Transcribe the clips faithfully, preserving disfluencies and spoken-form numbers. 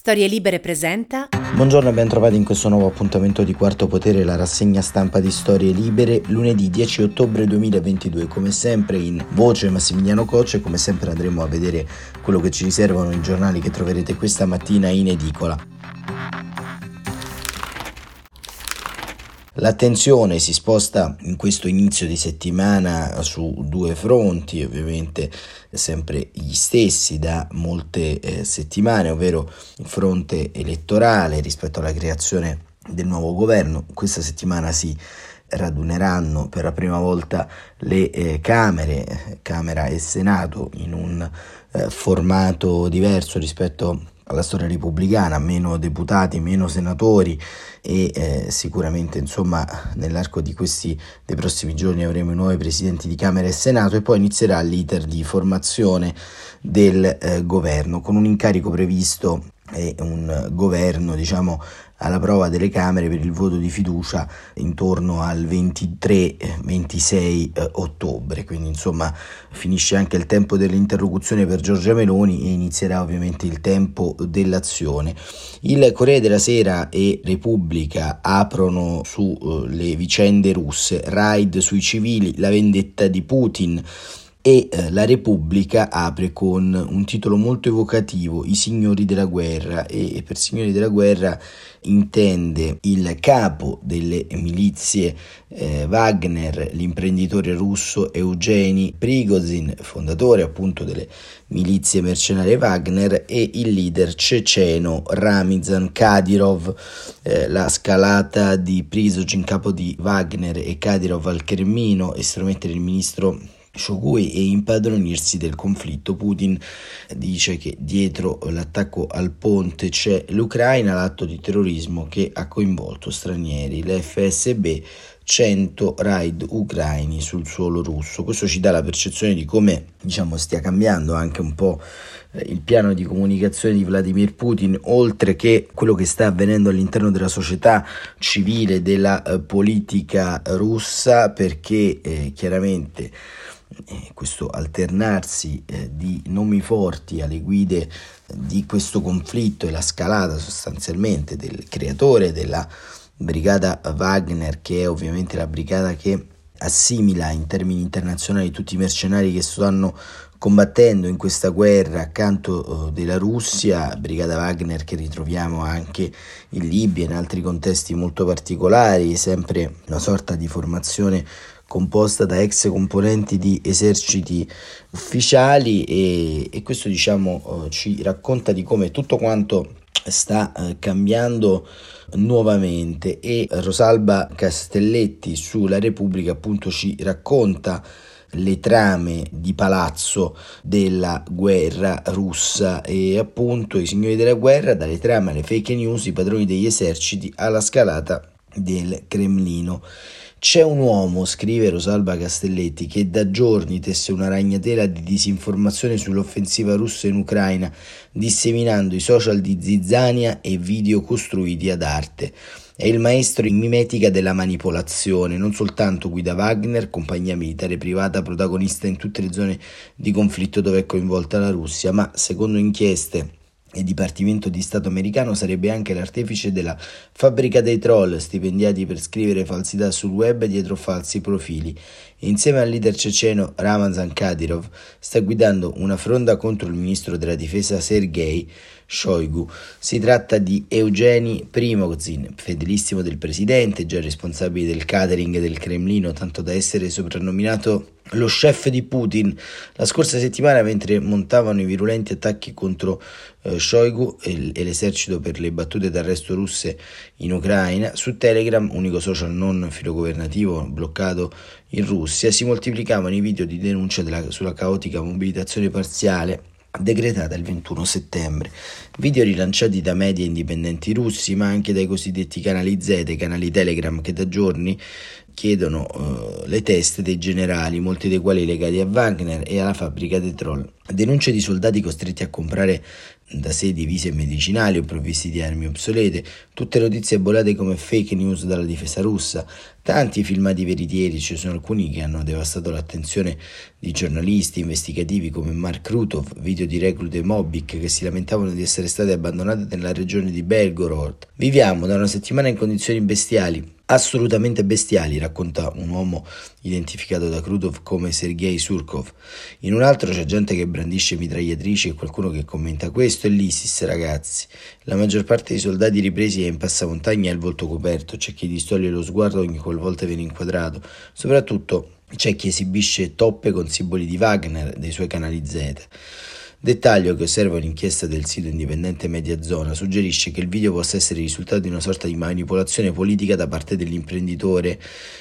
Storie Libere presenta. Buongiorno e ben trovati in questo nuovo appuntamento di Quarto Potere, la rassegna stampa di Storie Libere, lunedì dieci ottobre duemilaventidue. Come sempre in voce Massimiliano Coccia e come sempre andremo a vedere quello che ci riservano i giornali che troverete questa mattina in edicola. L'attenzione si sposta in questo inizio di settimana su due fronti, ovviamente sempre gli stessi da molte eh, settimane, ovvero il fronte elettorale rispetto alla creazione del nuovo governo. Questa settimana si raduneranno per la prima volta le eh, Camere, Camera e Senato, in un eh, formato diverso rispetto alla storia repubblicana, meno deputati, meno senatori e eh, sicuramente insomma nell'arco di questi dei prossimi giorni avremo i nuovi presidenti di Camera e Senato e poi inizierà l'iter di formazione del eh, governo con un incarico previsto e un governo diciamo alla prova delle Camere per il voto di fiducia intorno al ventitré ventisei ottobre, quindi insomma finisce anche il tempo dell'interlocuzione per Giorgia Meloni e inizierà ovviamente il tempo dell'azione. Il Corriere della Sera e Repubblica aprono sulle uh, vicende russe, raid sui civili, la vendetta di Putin. E eh, la Repubblica apre con un titolo molto evocativo, I signori della guerra, e, e per signori della guerra intende il capo delle milizie eh, Wagner, l'imprenditore russo Evgeny Prigozhin, fondatore appunto delle milizie mercenarie Wagner, e il leader ceceno Ramzan Kadyrov. Eh, la scalata di Prigozhin, capo di Wagner, e Kadyrov al Cremlino, estromettere il ministro Shoigu e impadronirsi del conflitto. Putin dice che dietro l'attacco al ponte c'è l'Ucraina, l'atto di terrorismo che ha coinvolto stranieri. L'F S B, cento raid ucraini sul suolo russo. Questo ci dà la percezione di come diciamo stia cambiando anche un po' il piano di comunicazione di Vladimir Putin, oltre che quello che sta avvenendo all'interno della società civile, della eh, politica russa, perché eh, chiaramente Eh, questo alternarsi eh, di nomi forti alle guide di questo conflitto e la scalata sostanzialmente del creatore della brigata Wagner, che è ovviamente la brigata che assimila in termini internazionali tutti i mercenari che stanno combattendo in questa guerra accanto uh, della Russia, brigata Wagner che ritroviamo anche in Libia e in altri contesti molto particolari, sempre una sorta di formazione composta da ex componenti di eserciti ufficiali, e, e questo diciamo uh, ci racconta di come tutto quanto sta uh, cambiando nuovamente. E Rosalba Castelletti sulla Repubblica appunto ci racconta le trame di palazzo della guerra russa e appunto i signori della guerra, dalle trame alle fake news, i padroni degli eserciti alla scalata del Cremlino. C'è un uomo, scrive Rosalba Castelletti, che da giorni tesse una ragnatela di disinformazione sull'offensiva russa in Ucraina, disseminando i social di zizzania e video costruiti ad arte. È il maestro in mimetica della manipolazione, non soltanto guida Wagner, compagnia militare privata protagonista in tutte le zone di conflitto dove è coinvolta la Russia, ma secondo inchieste e Dipartimento di Stato americano sarebbe anche l'artefice della fabbrica dei troll, stipendiati per scrivere falsità sul web dietro falsi profili. E insieme al leader ceceno Ramzan Kadyrov sta guidando una fronda contro il ministro della difesa Sergei Shoigu. Si tratta di Evgeny Prigozhin, fedelissimo del presidente, già responsabile del catering del Cremlino, tanto da essere soprannominato lo chef di Putin. La scorsa settimana, mentre montavano i virulenti attacchi contro eh, Shoigu e, e l'esercito per le battute d'arresto russe in Ucraina, su Telegram, unico social non filogovernativo bloccato in Russia, si moltiplicavano i video di denuncia della, sulla caotica mobilitazione parziale decretata il ventuno settembre. Video rilanciati da media indipendenti russi, ma anche dai cosiddetti canali Z, canali Telegram, che da giorni chiedono uh, le teste dei generali, molti dei quali legati a Wagner e alla fabbrica di Troll. Denunce di soldati costretti a comprare da sé divise e medicinali o provvisti di armi obsolete, tutte notizie bollate come fake news dalla difesa russa, tanti filmati veritieri, ci sono alcuni che hanno devastato l'attenzione di giornalisti investigativi come Mark Rutov, video di reclute Mobbik che si lamentavano di essere state abbandonate nella regione di Belgorod. Viviamo da una settimana in condizioni bestiali, assolutamente bestiali, racconta un uomo identificato da Krutov come Sergei Surkov. In un altro c'è gente che brandisce mitragliatrici e qualcuno che commenta: questo è l'ISIS, ragazzi. La maggior parte dei soldati ripresi è in passamontagna e il volto coperto, c'è chi distoglie lo sguardo ogni qualvolta viene inquadrato, soprattutto c'è chi esibisce toppe con simboli di Wagner dei suoi canali Z. Dettaglio che osserva un'inchiesta del sito indipendente Mediazona suggerisce che il video possa essere il risultato di una sorta di manipolazione politica da parte dell'imprenditore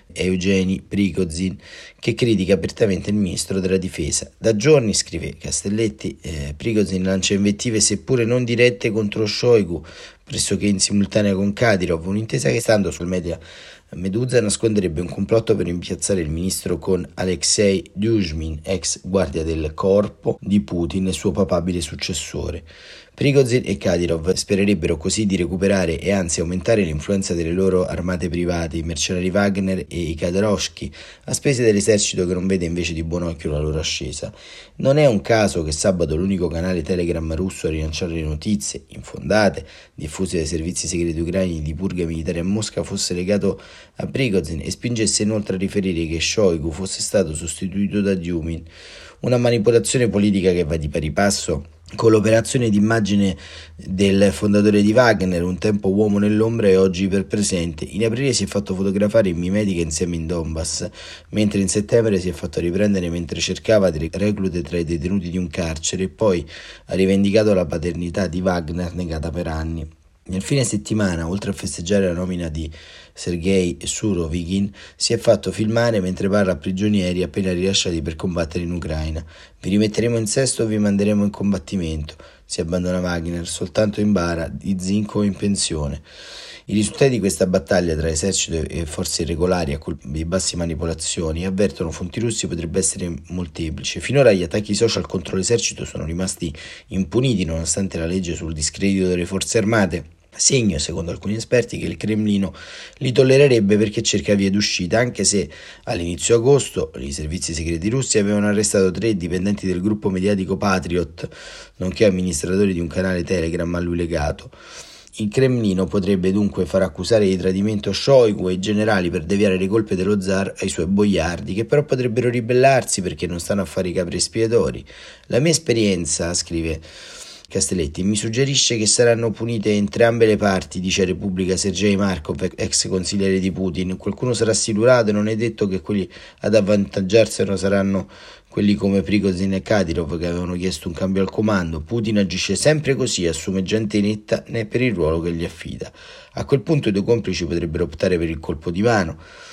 Eugeni Prigozhin, che critica apertamente il ministro della difesa. Da giorni, scrive Castelletti, eh, Prigozhin lancia invettive seppure non dirette contro Shoigu, pressoché in simultanea con Kadyrov, un'intesa che, stando sul media Medusa, nasconderebbe un complotto per impiazzare il ministro con Alexei Duzhmin, ex guardia del corpo di Putin e suo papabile successore. Prigozhin e Kadyrov spererebbero così di recuperare e anzi aumentare l'influenza delle loro armate private, i mercenari Wagner e i Khabarovsky, a spese dell'esercito che non vede invece di buon occhio la loro ascesa. Non è un caso che sabato l'unico canale Telegram russo a rilanciare le notizie, infondate, diffuse dai servizi segreti ucraini di purga militare a Mosca, fosse legato a Prigozhin e spingesse inoltre a riferire che Shoigu fosse stato sostituito da Duzhmin. Una manipolazione politica che va di pari passo con l'operazione d'immagine del fondatore di Wagner, un tempo uomo nell'ombra e oggi iperpresente. In aprile si è fatto fotografare in mimetica insieme in Donbass, mentre in settembre si è fatto riprendere mentre cercava delle reclute tra i detenuti di un carcere e poi ha rivendicato la paternità di Wagner negata per anni. Nel fine settimana, oltre a festeggiare la nomina di Sergei Surovikin, si è fatto filmare mentre parla a prigionieri appena rilasciati per combattere in Ucraina. Vi rimetteremo in sesto o vi manderemo in combattimento. Si abbandona Wagner soltanto in bara, di zinco o in pensione. I risultati di questa battaglia tra esercito e forze irregolari a colpi di basse manipolazioni, avvertono fonti russi, potrebbe essere molteplice. Finora gli attacchi social contro l'esercito sono rimasti impuniti nonostante la legge sul discredito delle forze armate, segno, secondo alcuni esperti, che il Cremlino li tollererebbe perché cerca vie d'uscita, anche se all'inizio agosto i servizi segreti russi avevano arrestato tre dipendenti del gruppo mediatico Patriot, nonché amministratori di un canale Telegram a lui legato. Il Cremlino potrebbe dunque far accusare di tradimento Shoigu e i generali per deviare le colpe dello zar ai suoi boiardi, che però potrebbero ribellarsi perché non stanno a fare i capri espiatori. La mia esperienza, scrive Castelletti, mi suggerisce che saranno punite entrambe le parti, dice a Repubblica Sergei Markov, ex consigliere di Putin. Qualcuno sarà silurato e non è detto che quelli ad avvantaggiarsene saranno quelli come Prigozhin e Kadyrov che avevano chiesto un cambio al comando. Putin agisce sempre così, assume gente netta né per il ruolo che gli affida. A quel punto i due complici potrebbero optare per il colpo di mano.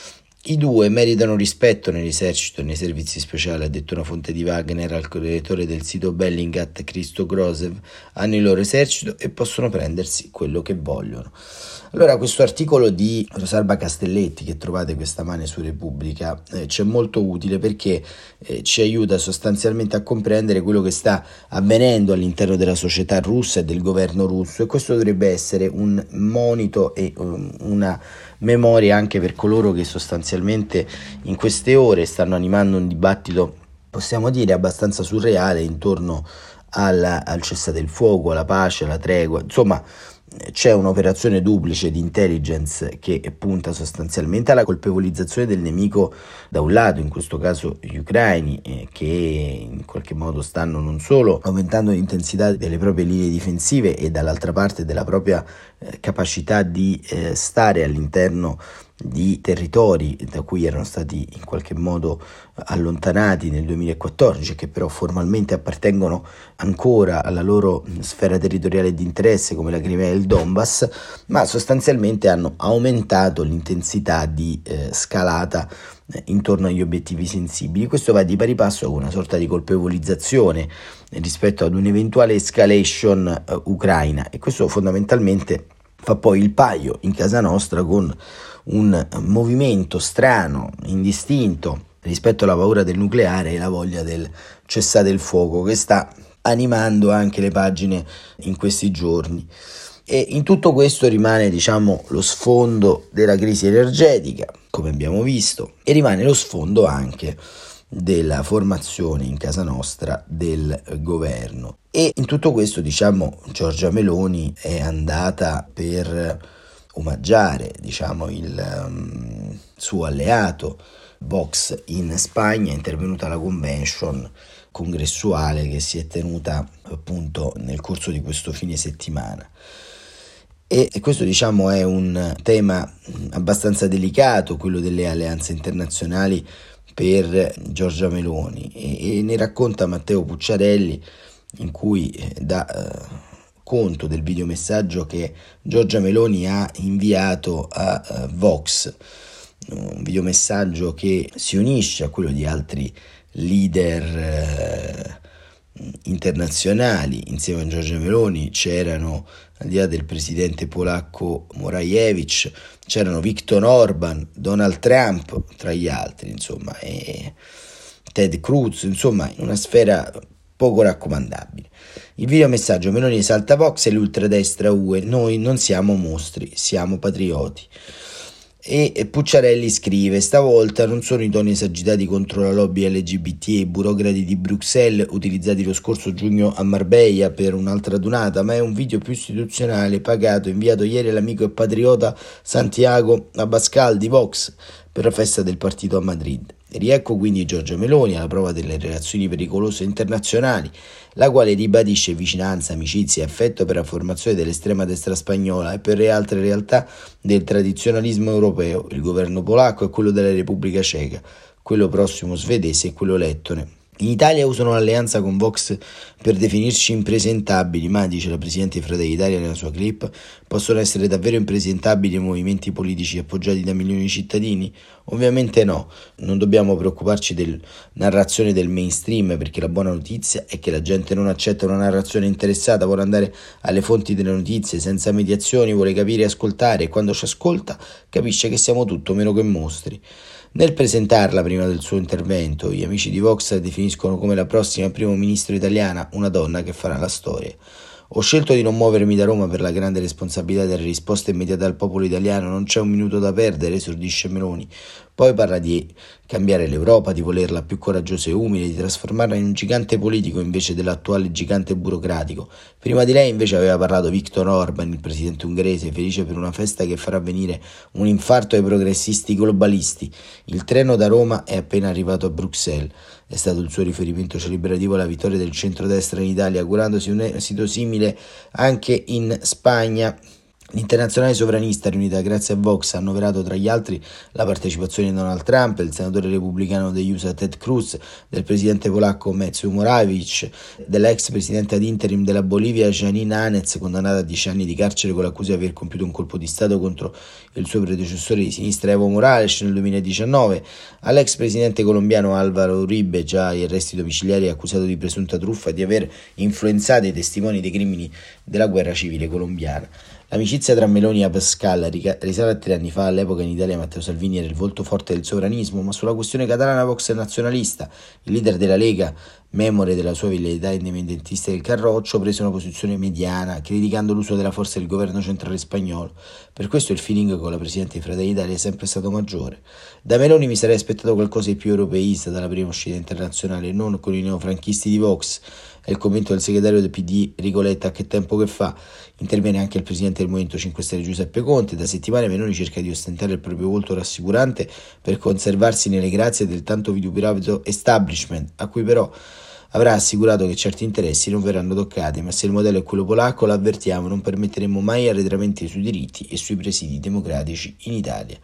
I due meritano rispetto nell'esercito e nei servizi speciali, ha detto una fonte di Wagner al direttore del sito Bellingat, Christo Grozev. Hanno il loro esercito e possono prendersi quello che vogliono. Allora, questo articolo di Rosalba Castelletti che trovate questa mane su Repubblica eh, c'è molto utile perché eh, ci aiuta sostanzialmente a comprendere quello che sta avvenendo all'interno della società russa e del governo russo, e questo dovrebbe essere un monito e um, una memoria anche per coloro che sostanzialmente in queste ore stanno animando un dibattito, possiamo dire, abbastanza surreale intorno alla, al cessate il fuoco, alla pace, alla tregua. Insomma, c'è un'operazione duplice di intelligence che punta sostanzialmente alla colpevolizzazione del nemico da un lato, in questo caso gli ucraini, eh, che in qualche modo stanno non solo aumentando l'intensità delle proprie linee difensive e dall'altra parte della propria eh, capacità di eh, stare all'interno di territori da cui erano stati in qualche modo allontanati nel duemilaquattordici, che però formalmente appartengono ancora alla loro sfera territoriale di interesse come la Crimea e il Donbass, ma sostanzialmente hanno aumentato l'intensità di eh, scalata eh, intorno agli obiettivi sensibili. Questo va di pari passo con una sorta di colpevolizzazione rispetto ad un'eventuale escalation eh, ucraina, e questo fondamentalmente fa poi il paio in casa nostra con un movimento strano, indistinto rispetto alla paura del nucleare e la voglia del cessate il fuoco che sta animando anche le pagine in questi giorni. E in tutto questo rimane, diciamo, lo sfondo della crisi energetica, come abbiamo visto, e rimane lo sfondo anche della formazione in casa nostra del governo. E in tutto questo, diciamo, Giorgia Meloni è andata per omaggiare, diciamo, il um, suo alleato Vox in Spagna, è intervenuta alla convention congressuale che si è tenuta appunto nel corso di questo fine settimana. E questo, diciamo, è un tema abbastanza delicato, quello delle alleanze internazionali per Giorgia Meloni, e, e ne racconta Matteo Pucciarelli, in cui dà eh, conto del videomessaggio che Giorgia Meloni ha inviato a uh, Vox, un videomessaggio che si unisce a quello di altri leader eh, internazionali. Insieme a Giorgia Meloni c'erano, al di là del presidente polacco Morawiecki, c'erano Viktor Orban, Donald Trump tra gli altri, insomma, e Ted Cruz, insomma, in una sfera poco raccomandabile. Il videomessaggio: Meloni esalta Vox e l'ultradestra U E, noi non siamo mostri, siamo patrioti. E Pucciarelli scrive: stavolta non sono i toni esagitati contro la lobby L G B T e i burocrati di Bruxelles utilizzati lo scorso giugno a Marbella per un'altra adunata, ma è un video più istituzionale, pagato, inviato ieri all'amico e patriota Santiago Abascal di Vox per la festa del partito a Madrid. E riecco quindi Giorgia Meloni alla prova delle relazioni pericolose internazionali, la quale ribadisce vicinanza, amicizia e affetto per la formazione dell'estrema destra spagnola e per le altre realtà del tradizionalismo europeo, il governo polacco e quello della Repubblica Ceca, quello prossimo svedese e quello lettone. In Italia usano l'alleanza con Vox per definirci impresentabili, ma, dice la Presidente di Fratelli d'Italia nella sua clip, possono essere davvero impresentabili i movimenti politici appoggiati da milioni di cittadini? Ovviamente no, non dobbiamo preoccuparci della narrazione del mainstream, perché la buona notizia è che la gente non accetta una narrazione interessata, vuole andare alle fonti delle notizie senza mediazioni, vuole capire e ascoltare, e quando ci ascolta capisce che siamo tutto meno che mostri. Nel presentarla prima del suo intervento, gli amici di Vox la definiscono come la prossima primo ministro italiana, una donna che farà la storia. Ho scelto di non muovermi da Roma per la grande responsabilità della risposta immediata al popolo italiano, non c'è un minuto da perdere, esordisce Meloni. Poi parla di cambiare l'Europa, di volerla più coraggiosa e umile, di trasformarla in un gigante politico invece dell'attuale gigante burocratico. Prima di lei invece aveva parlato Viktor Orban, il presidente ungherese, felice per una festa che farà venire un infarto ai progressisti globalisti. Il treno da Roma è appena arrivato a Bruxelles. È stato il suo riferimento celebrativo alla vittoria del centrodestra in Italia, augurandosi un esito simile anche in Spagna. L'internazionale sovranista riunita grazie a Vox ha annoverato tra gli altri la partecipazione di Donald Trump, del senatore repubblicano degli U S A Ted Cruz, del presidente polacco Mateusz Morawiecki, dell'ex presidente ad interim della Bolivia Jeanine Áñez, condannata a dieci anni di carcere con l'accusa di aver compiuto un colpo di Stato contro il suo predecessore di sinistra Evo Morales nel duemiladiciannove, all'ex presidente colombiano Álvaro Uribe, già agli arresti domiciliari, accusato di presunta truffa e di aver influenzato i testimoni dei crimini della guerra civile colombiana. L'amicizia tra Meloni e Abascal risale a tre anni fa. All'epoca in Italia Matteo Salvini era il volto forte del sovranismo, ma sulla questione catalana Vox è nazionalista. Il leader della Lega, memore della sua velleità indipendentista del Carroccio, prese una posizione mediana, criticando l'uso della forza del governo centrale spagnolo. Per questo il feeling con la Presidente di Fratelli d'Italia è sempre stato maggiore. Da Meloni mi sarei aspettato qualcosa di più europeista dalla prima uscita internazionale, non con i neofranchisti di Vox. È il commento del segretario del P D Enrico Letta: che tempo che fa. Interviene anche il presidente del Movimento cinque Stelle Giuseppe Conte. Da settimane Meloni cerca di ostentare il proprio volto rassicurante per conservarsi nelle grazie del tanto vituperato establishment, a cui però avrà assicurato che certi interessi non verranno toccati, ma se il modello è quello polacco, l'avvertiamo, non permetteremo mai arretramenti sui diritti e sui presidi democratici in Italia.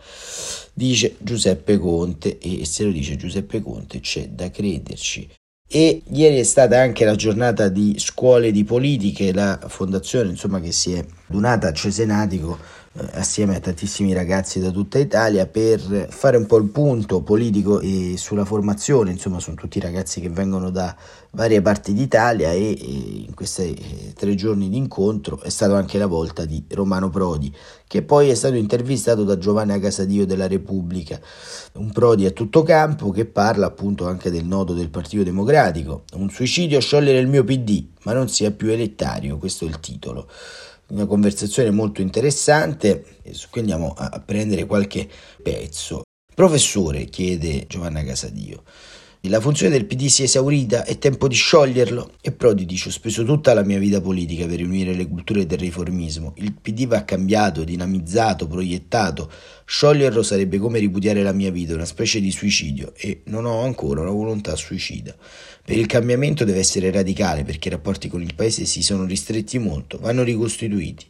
Dice Giuseppe Conte, e se lo dice Giuseppe Conte c'è da crederci. E ieri è stata anche la giornata di scuole di politiche, la fondazione insomma che si è Donata a Cesenatico eh, assieme a tantissimi ragazzi da tutta Italia per fare un po' il punto politico e sulla formazione. Insomma, sono tutti ragazzi che vengono da varie parti d'Italia e, e in questi eh, tre giorni di incontro è stata anche la volta di Romano Prodi, che poi è stato intervistato da Giovanna Casadio della Repubblica, un Prodi a tutto campo che parla appunto anche del nodo del Partito Democratico. Un suicidio a sciogliere il mio P D, ma non sia più elitario, questo è il titolo. Una conversazione molto interessante, su cui andiamo a prendere qualche pezzo. Professore, chiede Giovanna Casadio, la funzione del P D si è esaurita, è tempo di scioglierlo? E Prodi dice: ho speso tutta la mia vita politica per riunire le culture del riformismo. Il P D va cambiato, dinamizzato, proiettato. Scioglierlo sarebbe come ripudiare la mia vita, una specie di suicidio, e non ho ancora una volontà suicida. Per il cambiamento deve essere radicale, perché i rapporti con il paese si sono ristretti molto, vanno ricostituiti.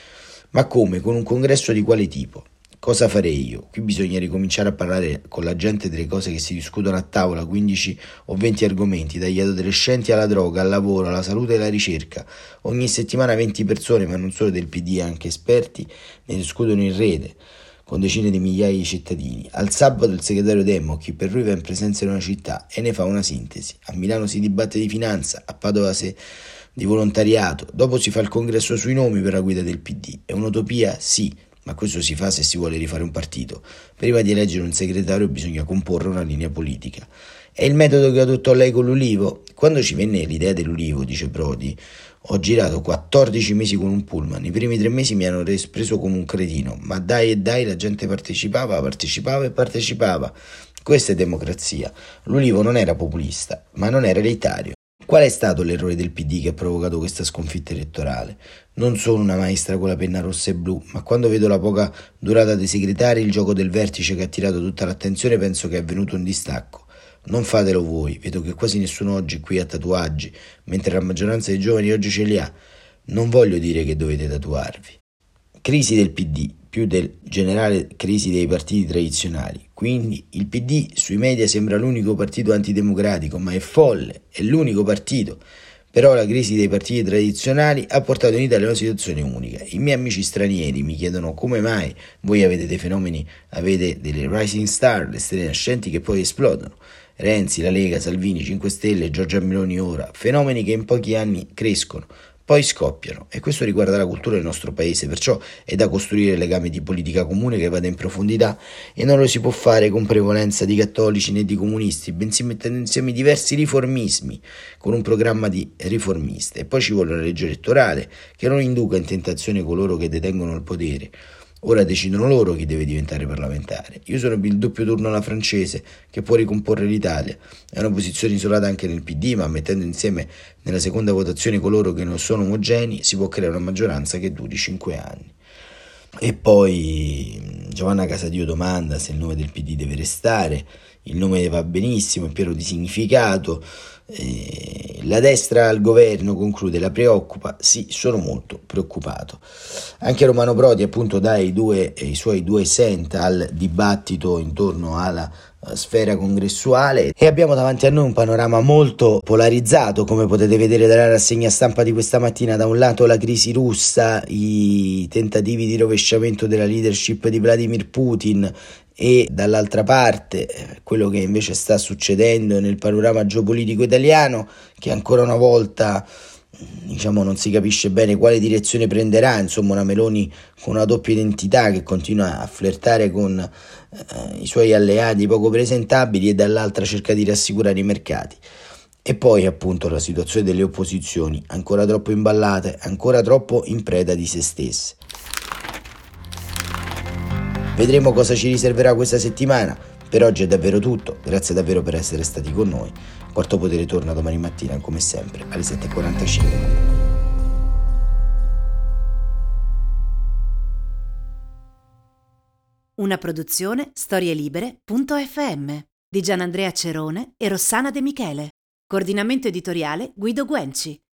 Ma come? Con un congresso di quale tipo? Cosa farei io? Qui bisogna ricominciare a parlare con la gente delle cose che si discutono a tavola, quindici o venti argomenti, dagli adolescenti alla droga, al lavoro, alla salute e alla ricerca. Ogni settimana venti persone, ma non solo del P D, anche esperti, ne discutono in rete, con decine di migliaia di cittadini. Al sabato il segretario Demo, chi per lui va in presenza in una città e ne fa una sintesi. A Milano si dibatte di finanza, a Padova si di volontariato, dopo si fa il congresso sui nomi per la guida del P D. È un'utopia? Sì. Ma questo si fa se si vuole rifare un partito. Prima di eleggere un segretario bisogna comporre una linea politica. È il metodo che adottò lei con l'Ulivo? Quando ci venne l'idea dell'Ulivo, dice Prodi, ho girato quattordici mesi con un pullman. I primi tre mesi mi hanno preso come un cretino, ma dai e dai la gente partecipava, partecipava e partecipava. Questa è democrazia. L'Ulivo non era populista, ma non era elitario. Qual è stato l'errore del P D che ha provocato questa sconfitta elettorale? Non sono una maestra con la penna rossa e blu, ma quando vedo la poca durata dei segretari, il gioco del vertice che ha attirato tutta l'attenzione, penso che è avvenuto un distacco. Non fatelo voi, vedo che quasi nessuno oggi qui ha tatuaggi, mentre la maggioranza dei giovani oggi ce li ha. Non voglio dire che dovete tatuarvi. Crisi del P D, più del generale crisi dei partiti tradizionali. Quindi il P D sui media sembra l'unico partito antidemocratico, ma è folle, è l'unico partito. Però la crisi dei partiti tradizionali ha portato in Italia una situazione unica. I miei amici stranieri mi chiedono come mai voi avete dei fenomeni, avete delle rising star, le stelle nascenti che poi esplodono. Renzi, la Lega, Salvini, cinque Stelle, Giorgia Meloni ora, fenomeni che in pochi anni crescono, poi scoppiano, e questo riguarda la cultura del nostro paese, perciò è da costruire legami di politica comune che vada in profondità, e non lo si può fare con prevalenza di cattolici né di comunisti, bensì mettendo insieme diversi riformismi con un programma di riformiste. E poi ci vuole una legge elettorale che non induca in tentazione coloro che detengono il potere. Ora decidono loro chi deve diventare parlamentare. Io sono per il doppio turno alla francese, che può ricomporre l'Italia. È una posizione isolata anche nel P D, ma mettendo insieme nella seconda votazione coloro che non sono omogenei, si può creare una maggioranza che duri cinque anni. E poi Giovanna Casadio domanda se il nome del P D deve restare. Il nome va benissimo, è pieno di significato. Eh, la destra al governo, conclude, la preoccupa? Sì, sono molto preoccupato. Anche Romano Prodi appunto dà i, due, i suoi due cent al dibattito intorno alla sfera congressuale, e abbiamo davanti a noi un panorama molto polarizzato, come potete vedere dalla rassegna stampa di questa mattina. Da un lato la crisi russa, i tentativi di rovesciamento della leadership di Vladimir Putin, e dall'altra parte quello che invece sta succedendo nel panorama geopolitico italiano, che ancora una volta diciamo non si capisce bene quale direzione prenderà. Insomma, una Meloni con una doppia identità che continua a flirtare con eh, i suoi alleati poco presentabili, e dall'altra cerca di rassicurare i mercati. E poi appunto la situazione delle opposizioni, ancora troppo imballate, ancora troppo in preda di se stesse. Vedremo cosa ci riserverà questa settimana. Per oggi è davvero tutto, grazie davvero per essere stati con noi. Quarto Potere torna domani mattina come sempre alle sette e quarantacinque. Una produzione storielibere punto effe emme di Gianandrea Cerone e Rossana De Michele. Coordinamento editoriale Guido Guenci.